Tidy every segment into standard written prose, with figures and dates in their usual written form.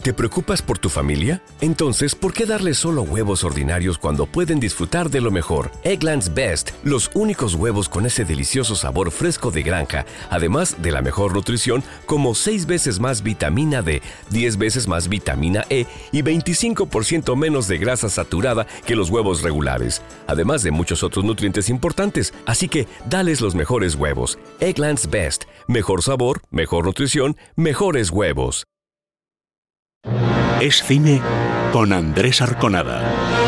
¿Te preocupas por tu familia? Entonces, ¿por qué darles solo huevos ordinarios cuando pueden disfrutar de lo mejor? Eggland's Best, los únicos huevos con ese delicioso sabor fresco de granja, además de la mejor nutrición, como 6 veces más vitamina D, 10 veces más vitamina E y 25% menos de grasa saturada que los huevos regulares, además de muchos otros nutrientes importantes. Así que, dales los mejores huevos. Eggland's Best, mejor sabor, mejor nutrición, mejores huevos. Es cine con Andrés Arconada.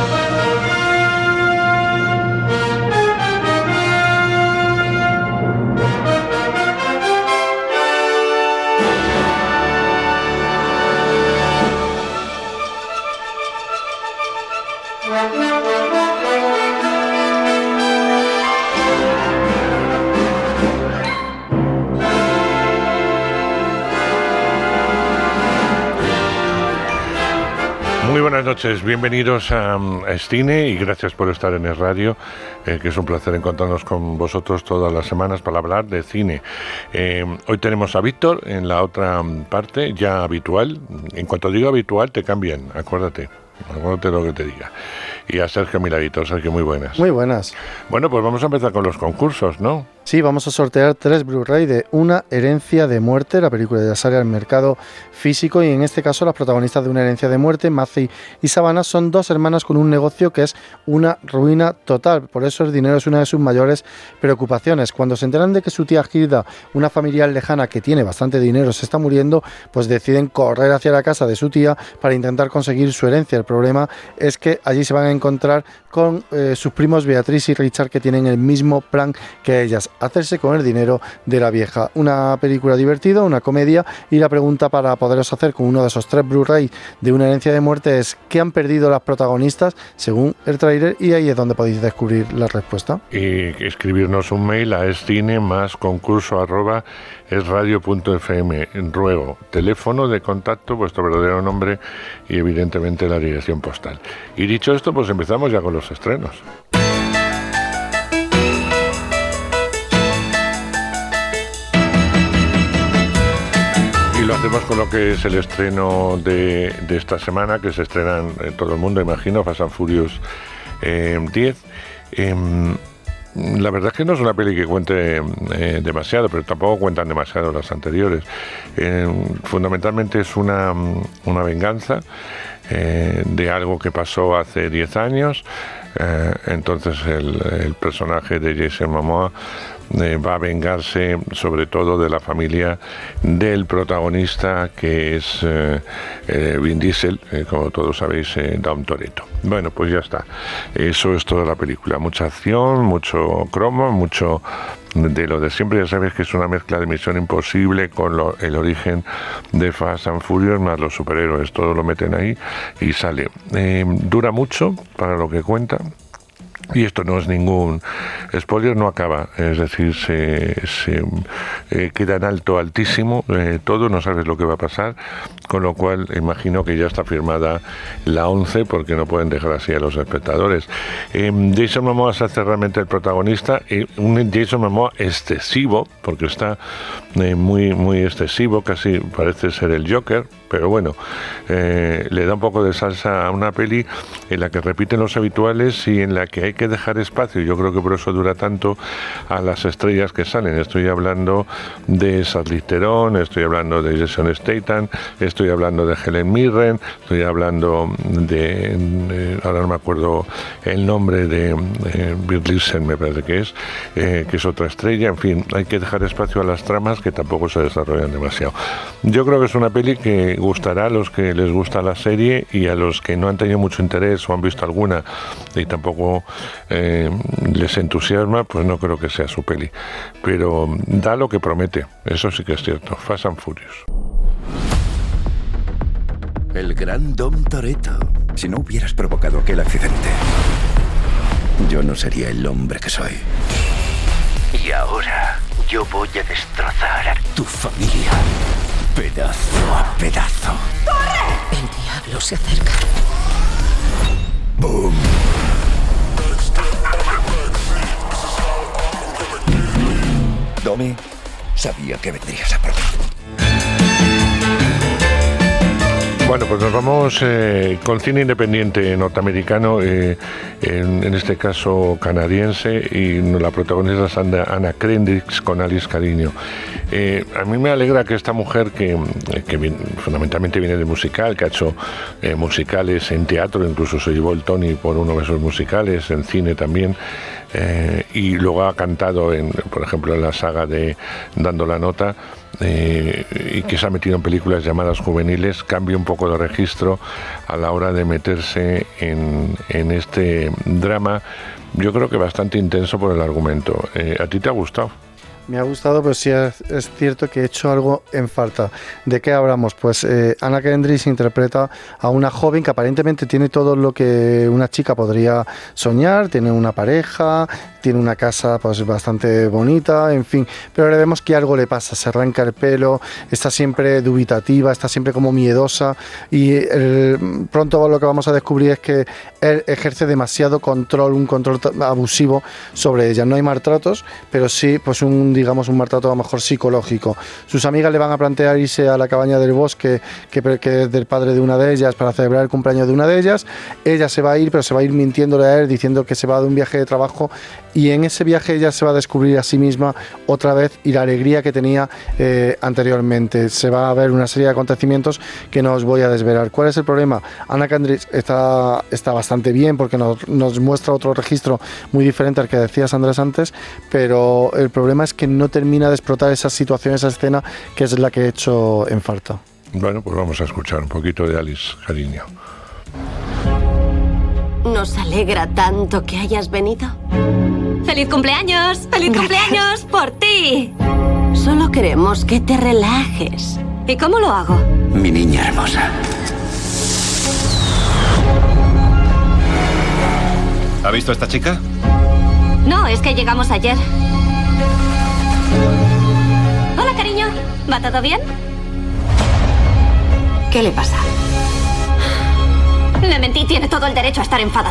Muy buenas noches, bienvenidos a Cine y gracias por estar en Es Radio, que es un placer encontrarnos con vosotros todas las semanas para hablar de cine. Hoy tenemos a Víctor en la otra parte, ya habitual. En cuanto digo habitual, te cambian, acuérdate lo que te diga. Y a Sergio Miladito. Sergio, muy buenas. Muy buenas. Bueno, pues vamos a empezar con los concursos, ¿no? Sí, vamos a sortear 3 Blu-ray de Una herencia de muerte. La película ya sale al mercado físico y en este caso las protagonistas de Una herencia de muerte, Matthew y Savannah, son 2 hermanas con un negocio que es una ruina total. Por eso el dinero es una de sus mayores preocupaciones. Cuando se enteran de que su tía Gilda, una familiar lejana que tiene bastante dinero, se está muriendo, pues deciden correr hacia la casa de su tía para intentar conseguir su herencia. El problema es que allí se van a encontrar con sus primos Beatriz y Richard, que tienen el mismo plan que ellas: hacerse con el dinero de la vieja. Una película divertida, una comedia, y la pregunta para poderos hacer con uno de esos 3 Blu-ray de Una herencia de muerte es: ¿qué han perdido las protagonistas según el tráiler? Y ahí es donde podéis descubrir la respuesta. Y escribirnos un mail a escine+concurso@esradio.fm. Ruego teléfono de contacto, vuestro verdadero nombre y evidentemente la dirección postal. Y dicho esto, pues empezamos ya con los estrenos. Lo hacemos con lo que es el estreno de esta semana, que se estrenan todo el mundo, imagino, Fast and Furious 10. La verdad es que no es una peli que cuente demasiado, pero tampoco cuentan demasiado las anteriores. Fundamentalmente es una venganza de algo que pasó hace 10 años. Entonces el personaje de Jason Momoa va a vengarse sobre todo de la familia del protagonista, que es Vin Diesel, como todos sabéis, Dom Toretto. Bueno, pues ya está. Eso es toda la película. Mucha acción, mucho cromo, mucho de lo de siempre. Ya sabéis que es una mezcla de Misión Imposible con el origen de Fast and Furious más los superhéroes. Todo lo meten ahí y sale. Dura mucho para lo que cuenta. Y esto no es ningún spoiler, no acaba, es decir, se queda en alto, altísimo, todo, no sabes lo que va a pasar, con lo cual imagino que ya está firmada la 11, porque no pueden dejar así a los espectadores. Jason Momoa se hace realmente el protagonista, un Jason Momoa excesivo, porque está muy, muy excesivo, casi parece ser el Joker, pero bueno, le da un poco de salsa a una peli en la que repiten los habituales y en la que hay que dejar espacio. Yo creo que por eso dura tanto a las estrellas que salen. Estoy hablando de Charlize Theron, estoy hablando de Jason Statham, estoy hablando de Helen Mirren, estoy hablando de ahora no me acuerdo el nombre de Bill Listen, me parece que es otra estrella. En fin, hay que dejar espacio a las tramas que tampoco se desarrollan demasiado. Yo creo que es una peli que gustará a los que les gusta la serie, y a los que no han tenido mucho interés o han visto alguna y tampoco les entusiasma, pues no creo que sea su peli, pero da lo que promete, eso sí que es cierto. Fast and Furious. El gran Dom Toretto. Si no hubieras provocado aquel accidente, yo no sería el hombre que soy. Y ahora yo voy a destrozar a tu familia, pedazo a pedazo. ¡Corre! El diablo se acerca. ¡Boom! Domi, sabía que vendrías a por mí. Bueno, pues nos vamos con cine independiente norteamericano, en este caso canadiense, y la protagonista es Anna Kendrick con Alice Cariño. A mí me alegra que esta mujer, que fundamentalmente viene de musical, que ha hecho musicales en teatro, incluso se llevó el Tony por uno de esos musicales, en cine también, y luego ha cantado, por ejemplo, en la saga de Dando la Nota, y que se ha metido en películas llamadas juveniles, cambia un poco de registro a la hora de meterse en este drama, yo creo que bastante intenso por el argumento. ¿A ti te ha gustado? Me ha gustado, pero sí es cierto que he hecho algo en falta. ¿De qué hablamos? Pues Anna Kendrick interpreta a una joven que aparentemente tiene todo lo que una chica podría soñar, tiene una pareja, tiene una casa pues bastante bonita, en fin, pero ahora vemos que algo le pasa, se arranca el pelo, está siempre dubitativa, está siempre como miedosa, y pronto lo que vamos a descubrir es que él ejerce demasiado control, un control abusivo sobre ella. No hay maltratos, pero sí pues un maltrato a lo mejor psicológico. Sus amigas le van a plantear irse a la cabaña del bosque que es del padre de una de ellas para celebrar el cumpleaños de una de ellas. Ella se va a ir, pero se va a ir mintiéndole a él, diciendo que se va de un viaje de trabajo, y en ese viaje ella se va a descubrir a sí misma otra vez y la alegría que tenía anteriormente. Se va a ver una serie de acontecimientos que no os voy a desvelar. ¿Cuál es el problema? Anna Kendrick está bastante bien porque nos muestra otro registro muy diferente al que decías, Andrés, antes, pero el problema es que no termina de explotar esa situación, esa escena, que es la que he hecho en falta. Bueno, pues vamos a escuchar un poquito de Alice Cariño. Nos alegra tanto que hayas venido. ¡Feliz cumpleaños! ¡Feliz cumpleaños por ti! Solo queremos que te relajes. ¿Y cómo lo hago? Mi niña hermosa. ¿Ha visto a esta chica? No, es que llegamos ayer. Hola, cariño. ¿Va todo bien? ¿Qué le pasa? Le mentí, tiene todo el derecho a estar enfadado.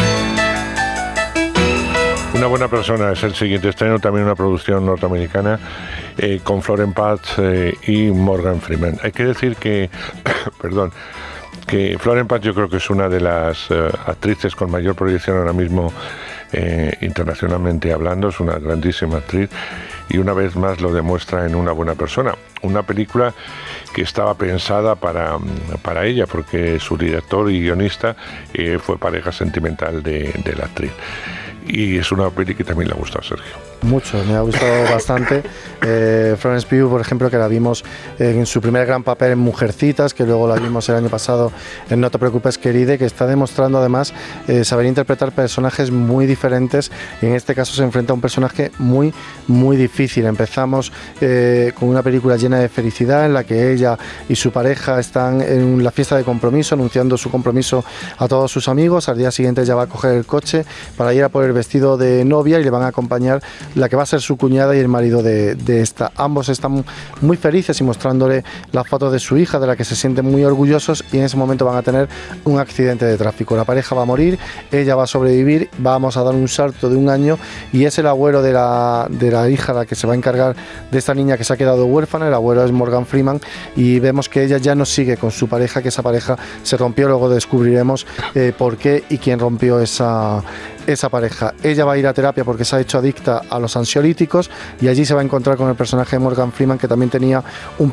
Una buena persona es el siguiente estreno, también una producción norteamericana, con Florence Pugh y Morgan Freeman. Hay que decir que, perdón, que Florence Pugh yo creo que es una de las actrices con mayor proyección ahora mismo, internacionalmente hablando, es una grandísima actriz, y una vez más lo demuestra en Una buena persona, una película que estaba pensada para ella, porque su director y guionista fue pareja sentimental de la actriz. Y es una peli que también le ha gustado a Sergio. Mucho, me ha gustado bastante. Florence Pugh, por ejemplo, que la vimos en su primer gran papel en Mujercitas, que luego la vimos el año pasado en No te preocupes, querida, que está demostrando además saber interpretar personajes muy diferentes, y en este caso se enfrenta a un personaje muy, muy difícil. Empezamos con una película llena de felicidad, en la que ella y su pareja están en la fiesta de compromiso, anunciando su compromiso a todos sus amigos. Al día siguiente ella va a coger el coche para ir a por el vestido de novia, y le van a acompañar la que va a ser su cuñada y el marido de esta. Ambos están muy felices y mostrándole la foto de su hija, de la que se sienten muy orgullosos, y en ese momento van a tener un accidente de tráfico. La pareja va a morir, ella va a sobrevivir, vamos a dar un salto de un año, y es el abuelo de la hija la que se va a encargar de esta niña que se ha quedado huérfana. El abuelo es Morgan Freeman, y vemos que ella ya no sigue con su pareja, que esa pareja se rompió. Luego descubriremos por qué y quién rompió esa pareja. Ella va a ir a terapia porque se ha hecho adicta a los ansiolíticos, y allí se va a encontrar con el personaje de Morgan Freeman, que también tenía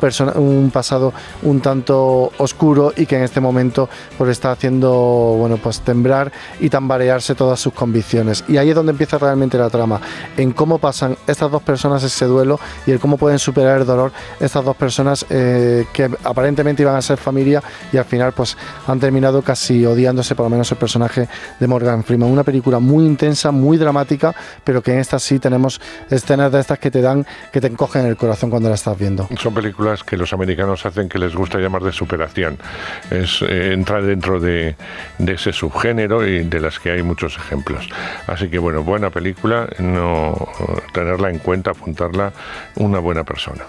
un pasado un tanto oscuro, y que en este momento pues está haciendo pues temblar y tambalearse todas sus convicciones. Y ahí es donde empieza realmente la trama, en cómo pasan estas dos personas ese duelo, y el cómo pueden superar el dolor estas dos personas que aparentemente iban a ser familia, y al final pues han terminado casi odiándose, por lo menos el personaje de Morgan Freeman. Una película muy intensa, muy dramática, pero que en esta sí tenemos escenas de estas que te encogen el corazón cuando la estás viendo. Son películas que los americanos hacen, que les gusta llamar de superación. Es entrar dentro de ese subgénero, y de las que hay muchos ejemplos. Así que bueno, buena película, no tenerla en cuenta, apuntarla, Una buena persona.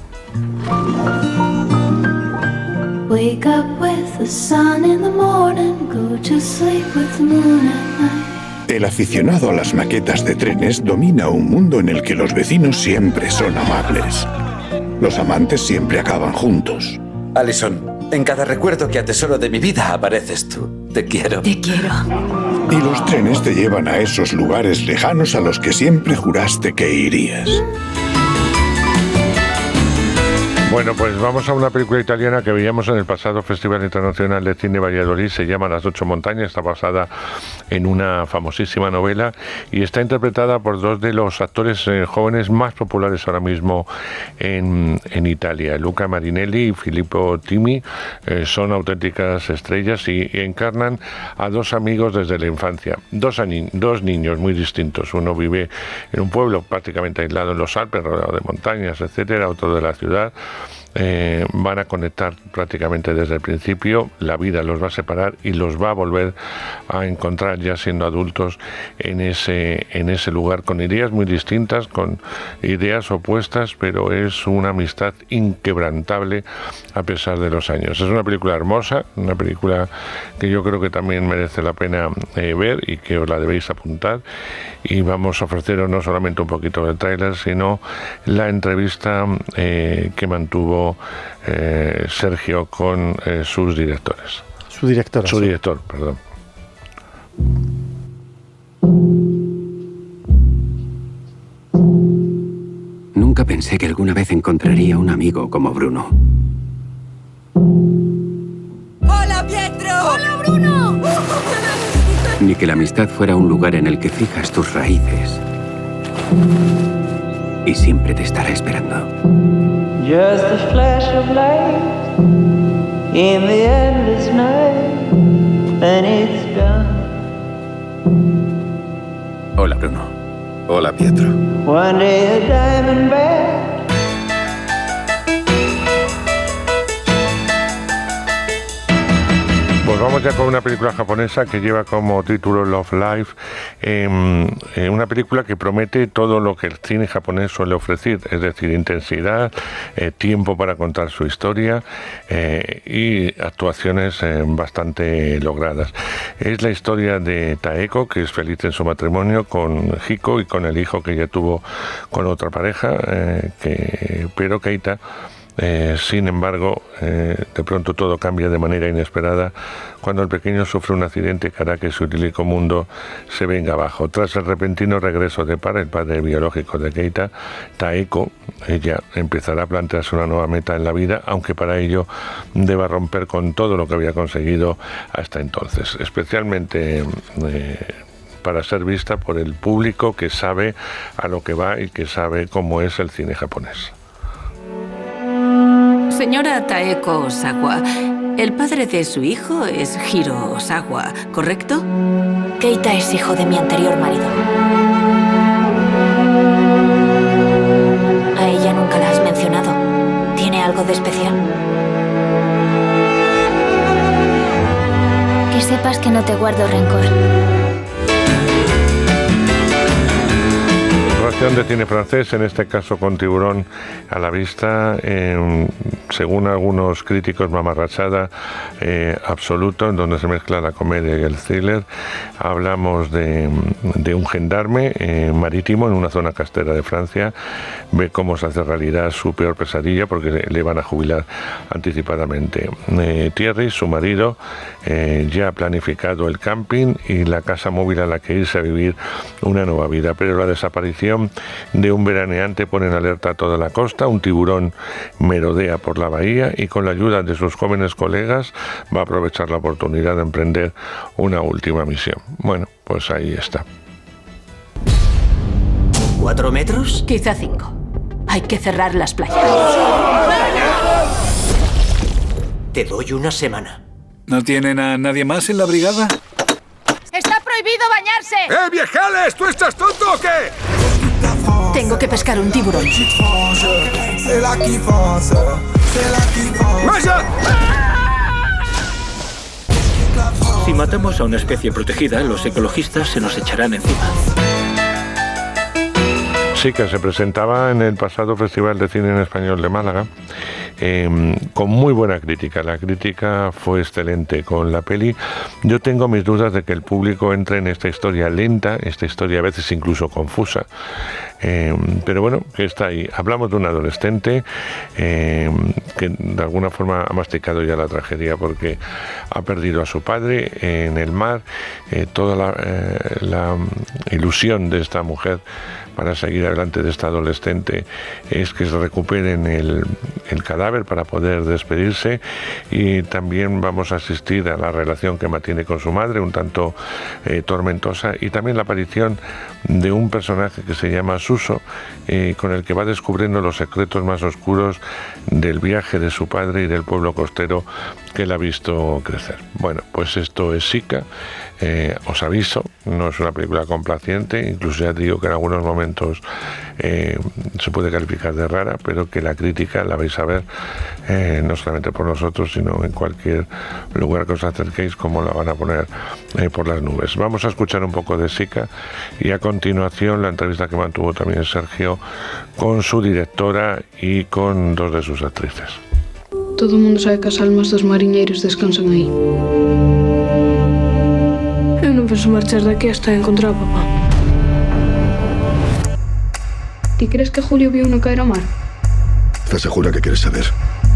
Wake up with the sun in the morning, go to sleep with the moon at night. El aficionado a las maquetas de trenes domina un mundo en el que los vecinos siempre son amables. Los amantes siempre acaban juntos. Alison, En cada recuerdo que atesoro de mi vida apareces tú. Te quiero. Te quiero. Y los trenes te llevan a esos lugares lejanos a los que siempre juraste que irías. Bueno, pues vamos a una película italiana que veíamos en el pasado Festival Internacional de Cine Valladolid. Se llama Las 8 montañas, está basada en una famosísima novela y está interpretada por dos de los actores jóvenes más populares ahora mismo en Italia. Luca Marinelli y Filippo Timi son auténticas estrellas y encarnan a dos amigos desde la infancia. Dos niños muy distintos. Uno vive en un pueblo prácticamente aislado en los Alpes, rodeado de montañas, etcétera, otro de la ciudad. Van a conectar prácticamente desde el principio, la vida los va a separar y los va a volver a encontrar ya siendo adultos en ese lugar, con ideas muy distintas, con ideas opuestas, pero es una amistad inquebrantable a pesar de los años. Es una película hermosa, una película que yo creo que también merece la pena ver y que os la debéis apuntar, y vamos a ofreceros no solamente un poquito del tráiler, sino la entrevista que mantuvo Sergio con sus directores. Su director, perdón. Nunca pensé que alguna vez encontraría un amigo como Bruno. ¡Hola, Pietro! ¡Hola, Bruno! Ni que la amistad fuera un lugar en el que fijas tus raíces y siempre te estará esperando. Just a flash of light in the endless night, and it's done. Hola, Bruno. Hola, Pietro. One day a diamond bag. Pues vamos ya con una película japonesa que lleva como título Love Life, una película que promete todo lo que el cine japonés suele ofrecer, es decir, intensidad, tiempo para contar su historia y actuaciones bastante logradas. Es la historia de Taeko, que es feliz en su matrimonio con Hiko y con el hijo que ella tuvo con otra pareja, pero Keita. Sin embargo, de pronto todo cambia de manera inesperada cuando el pequeño sufre un accidente que hará que su idílico mundo se venga abajo. Tras el repentino regreso de Para, el padre biológico de Keita, Taeko, ella empezará a plantearse una nueva meta en la vida, aunque para ello deba romper con todo lo que había conseguido hasta entonces, especialmente para ser vista por el público que sabe a lo que va y que sabe cómo es el cine japonés. Señora Taeko Osawa, el padre de su hijo es Hiro Osawa, ¿correcto? Keita es hijo de mi anterior marido. A ella nunca la has mencionado. ¿Tiene algo de especial? Que sepas que no te guardo rencor. De cine francés, en este caso con Tiburón a la vista, según algunos críticos mamarrachada absoluto, en donde se mezcla la comedia y el thriller. Hablamos de un gendarme marítimo en una zona costera de Francia, ve cómo se hace realidad su peor pesadilla porque le van a jubilar anticipadamente. Thierry, su marido, ya ha planificado el camping y la casa móvil a la que irse a vivir una nueva vida, pero la desaparición de un veraneante pone en alerta a toda la costa. Un tiburón merodea por la bahía y con la ayuda de sus jóvenes colegas va a aprovechar la oportunidad de emprender una última misión. Bueno, pues ahí está. ¿4 metros? Quizá 5. Hay que cerrar las playas. Te doy una semana. ¿No tienen a nadie más en la brigada? ¡Está prohibido bañarse! ¡Viejales! ¿Tú estás tonto o qué? Tengo que pescar un tiburón. ¡Vaya! Si matamos a una especie protegida, los ecologistas se nos echarán encima. Sí, que se presentaba en el pasado Festival de Cine en Español de Málaga, con muy buena crítica. La crítica fue excelente con la peli. Yo tengo mis dudas de que el público entre en esta historia lenta, esta historia a veces incluso confusa, Pero bueno, que está ahí. Hablamos de un adolescente que de alguna forma ha masticado ya la tragedia porque ha perdido a su padre en el mar. Toda la ilusión de esta mujer para seguir adelante, de esta adolescente, es que se recuperen el cadáver para poder despedirse, y también vamos a asistir a la relación que mantiene con su madre, un tanto tormentosa, y también la aparición de un personaje que se llama Suso, con el que va descubriendo los secretos más oscuros del viaje de su padre y del pueblo costero que él ha visto crecer. Bueno, pues esto es Sica. Os aviso, no es una película complaciente, incluso ya digo que en algunos momentos se puede calificar de rara, pero que la crítica la vais a ver no solamente por nosotros, sino en cualquier lugar que os acerquéis, como la van a poner por las nubes. Vamos a escuchar un poco de Sica y a continuación la entrevista que mantuvo también Sergio con su directora y con dos de sus actrices. Todo o mundo sabe que as almas dos mariñeiros descansan aí. Eu non penso marchar daqui hasta encontrar a papá. Ti crees que Julio viu no caer ao mar? ¿Estás segura que quieres saber?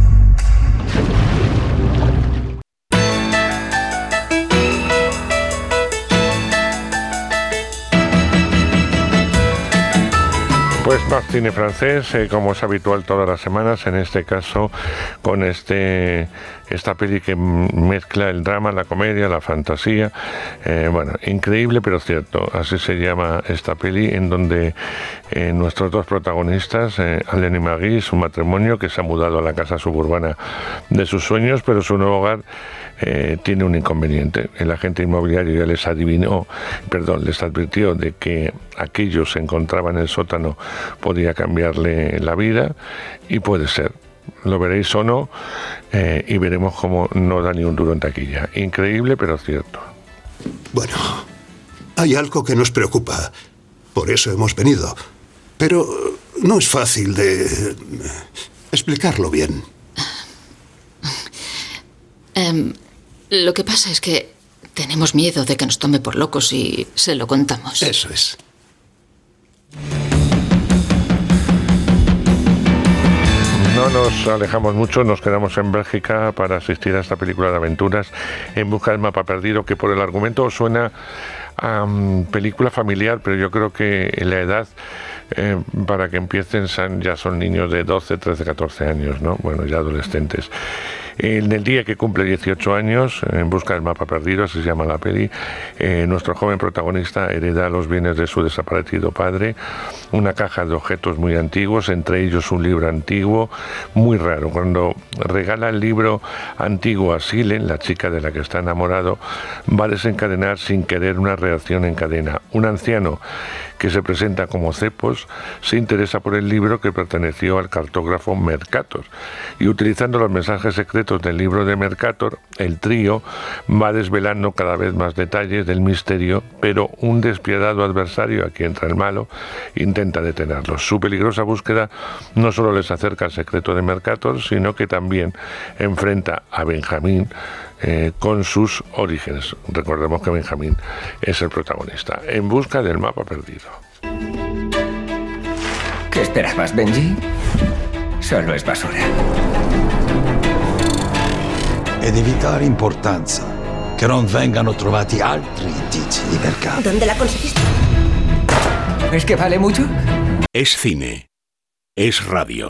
Pues más cine francés, como es habitual todas las semanas, en este caso con esta peli que mezcla el drama, la comedia, la fantasía. Bueno, increíble pero cierto, así se llama esta peli, en donde nuestros dos protagonistas, Alain y Marie, su matrimonio que se ha mudado a la casa suburbana de sus sueños, pero su nuevo hogar tiene un inconveniente. El agente inmobiliario ya les advirtió de que aquello se encontraba en el sótano podía cambiarle la vida, y puede ser. Lo veréis o no, y veremos cómo no da ni un duro en taquilla. Increíble pero cierto. Bueno, hay algo que nos preocupa. Por eso hemos venido. Pero no es fácil de explicarlo bien. Lo que pasa es que tenemos miedo de que nos tome por locos si se lo contamos. Eso es. No nos alejamos mucho, nos quedamos en Bélgica para asistir a esta película de aventuras, En busca del mapa perdido, que por el argumento suena a película familiar, pero yo creo que la edad para que empiecen ya son niños de 12, 13, 14 años, ¿no? Bueno, ya adolescentes. En el día que cumple 18 años, En busca del mapa perdido, así se llama la peli, nuestro joven protagonista hereda los bienes de su desaparecido padre, una caja de objetos muy antiguos, entre ellos un libro antiguo, muy raro. Cuando regala el libro antiguo a Silen, la chica de la que está enamorado, va a desencadenar sin querer una reacción en cadena. Un anciano que se presenta como Cepos se interesa por el libro que perteneció al cartógrafo Mercator, y utilizando los mensajes secretos del libro de Mercator, el trío va desvelando cada vez más detalles del misterio, pero un despiadado adversario, aquí entra el malo, intenta detenerlos. Su peligrosa búsqueda no solo les acerca al secreto de Mercator, sino que también enfrenta a Benjamín con sus orígenes. Recordemos que Benjamín es el protagonista. En busca del mapa perdido. ¿Qué esperabas, Benji? Solo es basura. È di vitale importanza che non vengano trovati altri indizi di mercato. ¿Dónde la conseguiste? ¿Es que vale mucho? Es cine. Es radio.